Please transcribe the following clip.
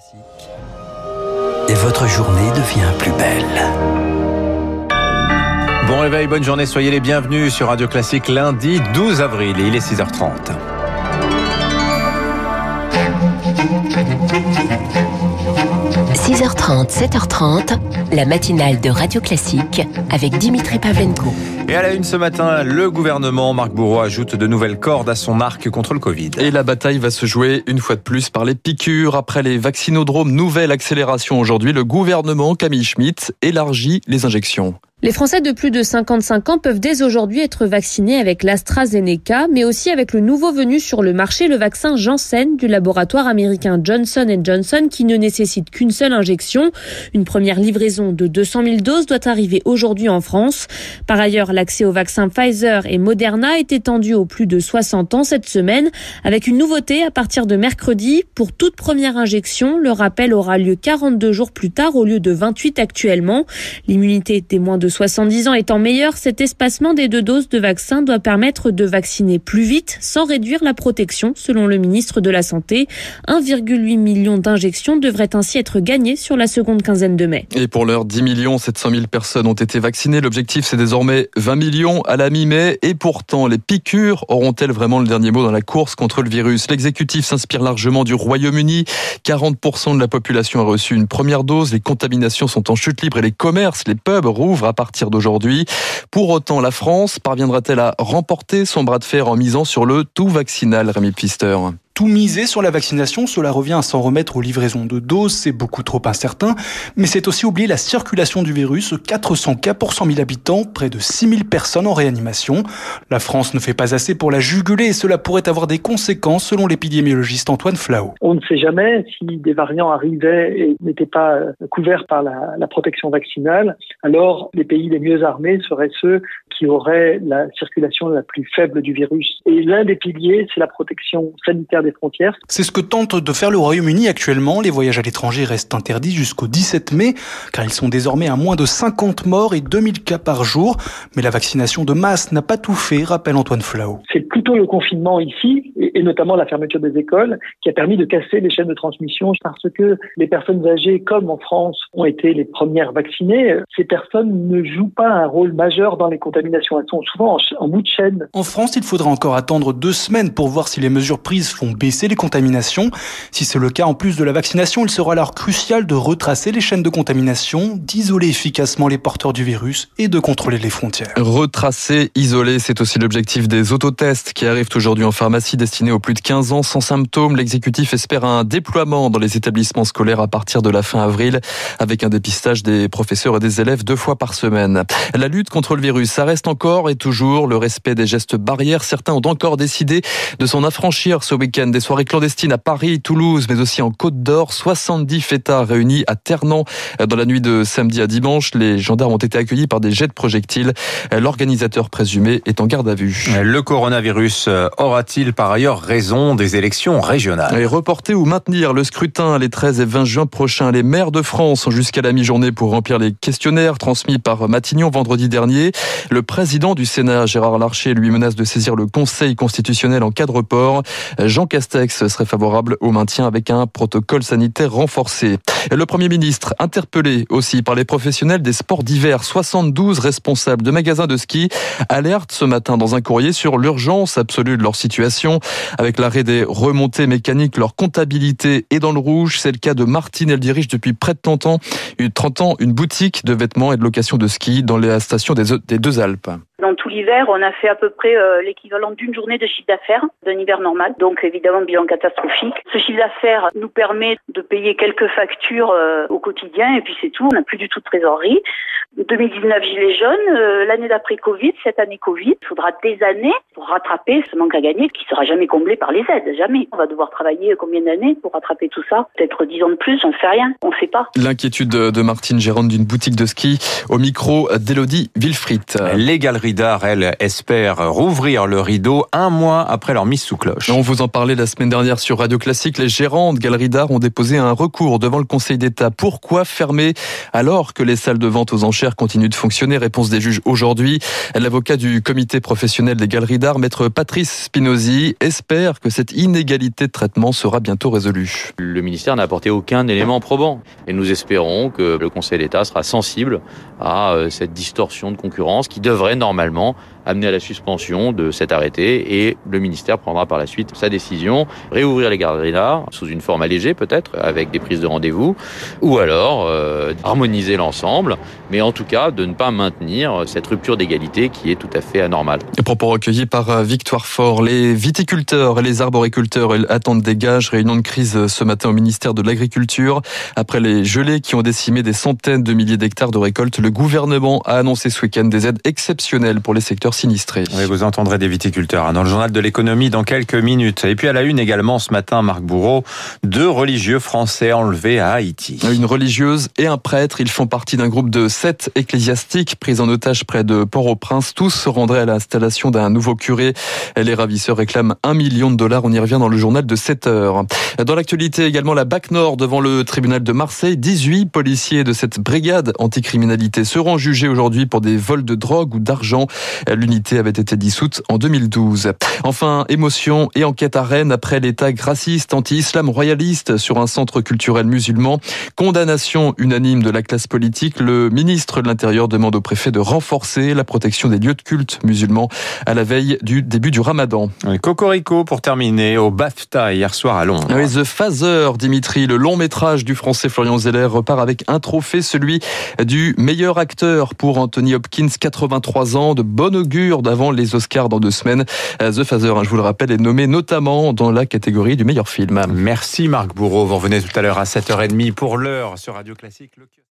Et votre journée devient plus belle. Bon réveil, bonne journée, soyez les bienvenus sur Radio Classique lundi 12 avril et il est 6h30. « 6h30, 7h30, la matinale de Radio Classique avec Dimitri Pavlenko. » Et à la une ce matin, le gouvernement, Marc Bourreau, ajoute de nouvelles cordes à son arc contre le Covid. Et la bataille va se jouer une fois de plus par les piqûres. Après les vaccinodromes, nouvelle accélération aujourd'hui. Le gouvernement, Camille Schmitt, élargit les injections. Les Français de plus de 55 ans peuvent dès aujourd'hui être vaccinés avec l'AstraZeneca, mais aussi avec le nouveau venu sur le marché, le vaccin Janssen du laboratoire américain Johnson & Johnson, qui ne nécessite qu'une seule injection. Une première livraison de 200 000 doses doit arriver aujourd'hui en France. Par ailleurs, l'accès aux vaccins Pfizer et Moderna est étendu aux plus de 60 ans cette semaine, avec une nouveauté à partir de mercredi. Pour toute première injection, le rappel aura lieu 42 jours plus tard au lieu de 28 actuellement. L'immunité des moins de 70 ans étant meilleure, cet espacement des 2 doses de vaccin doit permettre de vacciner plus vite sans réduire la protection, selon le ministre de la Santé. 1,8 million d'injections devraient ainsi être gagnées sur la seconde quinzaine de mai. Et pour l'heure, 10 700 000 personnes ont été vaccinées. L'objectif, c'est désormais 20 millions à la mi-mai. Et pourtant, les piqûres auront-elles vraiment le dernier mot dans la course contre le virus ? L'exécutif s'inspire largement du Royaume-Uni. 40% de la population a reçu une première dose. Les contaminations sont en chute libre et les commerces, les pubs rouvrent à partir d'aujourd'hui. Pour autant, la France parviendra-t-elle à remporter son bras de fer en misant sur le tout vaccinal, Rémi Pfister ? Tout miser sur la vaccination, cela revient à s'en remettre aux livraisons de doses, c'est beaucoup trop incertain, mais c'est aussi oublier la circulation du virus, 400 cas pour 100 000 habitants, près de 6 000 personnes en réanimation. La France ne fait pas assez pour la juguler et cela pourrait avoir des conséquences selon l'épidémiologiste Antoine Flahault. On ne sait jamais si des variants arrivaient et n'étaient pas couverts par la protection vaccinale, alors les pays les mieux armés seraient ceux qui auraient la circulation la plus faible du virus. Et l'un des piliers, c'est la protection sanitaire des frontières. C'est ce que tente de faire le Royaume-Uni actuellement. Les voyages à l'étranger restent interdits jusqu'au 17 mai, car ils sont désormais à moins de 50 morts et 2000 cas par jour. Mais la vaccination de masse n'a pas tout fait, rappelle Antoine Flahault. C'est plutôt le confinement ici, et notamment la fermeture des écoles, qui a permis de casser les chaînes de transmission, parce que les personnes âgées, comme en France, ont été les premières vaccinées. Ces personnes ne jouent pas un rôle majeur dans les contaminations. Elles sont souvent en bout de chaîne. En France, il faudra encore attendre 2 semaines pour voir si les mesures prises font baisser les contaminations. Si c'est le cas, en plus de la vaccination, il sera alors crucial de retracer les chaînes de contamination, d'isoler efficacement les porteurs du virus et de contrôler les frontières. Retracer, isoler, c'est aussi l'objectif des autotests qui arrivent aujourd'hui en pharmacie destinés aux plus de 15 ans sans symptômes. L'exécutif espère un déploiement dans les établissements scolaires à partir de la fin avril avec un dépistage des professeurs et des élèves 2 fois par semaine. La lutte contre le virus, ça reste encore et toujours le respect des gestes barrières. Certains ont encore décidé de s'en affranchir ce week-end. Des soirées clandestines à Paris, Toulouse, mais aussi en Côte d'Or. 70 fêtards réunis à Ternan dans la nuit de samedi à dimanche. Les gendarmes ont été accueillis par des jets de projectiles. L'organisateur présumé est en garde à vue. Le coronavirus aura-t-il par ailleurs raison des élections régionales ? Et reporter ou maintenir le scrutin les 13 et 20 juin prochains. Les maires de France ont jusqu'à la mi-journée pour remplir les questionnaires transmis par Matignon vendredi dernier. Le président du Sénat, Gérard Larcher, lui menace de saisir le Conseil constitutionnel en cas de report. Jean Castex serait favorable au maintien avec un protocole sanitaire renforcé. Le Premier ministre, interpellé aussi par les professionnels des sports d'hiver, 72 responsables de magasins de ski alertent ce matin dans un courrier sur l'urgence absolue de leur situation. Avec l'arrêt des remontées mécaniques, leur comptabilité est dans le rouge. C'est le cas de Martine. Elle dirige depuis près de 30 ans une boutique de vêtements et de location de ski dans la station des Deux Alpes. Dans tout l'hiver, on a fait à peu près l'équivalent d'une journée de chiffre d'affaires d'un hiver normal. Donc évidemment, bilan catastrophique. Ce chiffre d'affaires nous permet de payer quelques factures au quotidien et puis c'est tout. On n'a plus du tout de trésorerie. 2019 gilets jaunes, l'année d'après Covid, cette année Covid. Il faudra des années pour rattraper ce manque à gagner qui sera jamais comblé par les aides, jamais. On va devoir travailler combien d'années pour rattraper tout ça ? Peut-être 10 ans de plus, on ne sait rien, on ne sait pas. L'inquiétude de Martine, gérante d'une boutique de ski, au micro d'Élodie Wilfried. Les galeries Galeries d'art, elles, espèrent rouvrir le rideau un mois après leur mise sous cloche. On vous en parlait la semaine dernière sur Radio Classique. Les gérants de Galeries d'art ont déposé un recours devant le Conseil d'État. Pourquoi fermer alors que les salles de vente aux enchères continuent de fonctionner? Réponse des juges aujourd'hui. L'avocat du comité professionnel des Galeries d'art, maître Patrice Spinozzi, espère que cette inégalité de traitement sera bientôt résolue. Le ministère n'a apporté aucun élément probant et nous espérons que le Conseil d'État sera sensible à cette distorsion de concurrence qui devrait normalement amener à la suspension de cet arrêté, et le ministère prendra par la suite sa décision, réouvrir les galeries d'art sous une forme allégée peut-être, avec des prises de rendez-vous, ou alors harmoniser l'ensemble, mais en tout cas de ne pas maintenir cette rupture d'égalité qui est tout à fait anormale. Propos recueillis par Victoire Fort. Les viticulteurs et les arboriculteurs attendent des gages. Réunion de crise ce matin au ministère de l'Agriculture. Après les gelées qui ont décimé des centaines de milliers d'hectares de récoltes, le gouvernement a annoncé ce week-end des aides exceptionnelles pour les secteurs sinistrés. Oui, vous entendrez des viticulteurs dans le journal de l'économie dans quelques minutes. Et puis à la une également ce matin, Marc Bourreau, 2 religieux français enlevés à Haïti. Une religieuse et un prêtre, ils font partie d'un groupe de 7 ecclésiastiques pris en otage près de Port-au-Prince. Tous se rendraient à l'installation d'un nouveau curé. Les ravisseurs réclament $1 million. On y revient dans le journal de 7 heures. Dans l'actualité également, la BAC Nord devant le tribunal de Marseille. 18 policiers de cette brigade anticriminalité seront jugés aujourd'hui pour des vols de drogue ou d'argent. L'unité avait été dissoute en 2012. Enfin, émotion et enquête à Rennes après les tags racistes anti-islam royaliste sur un centre culturel musulman. Condamnation unanime de la classe politique. Le ministre de l'Intérieur demande au préfet de renforcer la protection des lieux de culte musulmans à la veille du début du Ramadan. Cocorico pour terminer au BAFTA hier soir à Londres. Oui, The Phaser, Dimitri, le long métrage du français Florian Zeller repart avec un trophée, celui du meilleur acteur pour Anthony Hopkins, 83 ans, de bon augure d'avant les Oscars dans 2 semaines. The Phaser, je vous le rappelle, est nommé notamment dans la catégorie du meilleur film. Merci Marc Bourreau, vous revenez tout à l'heure à 7h30 pour l'heure sur Radio Classique.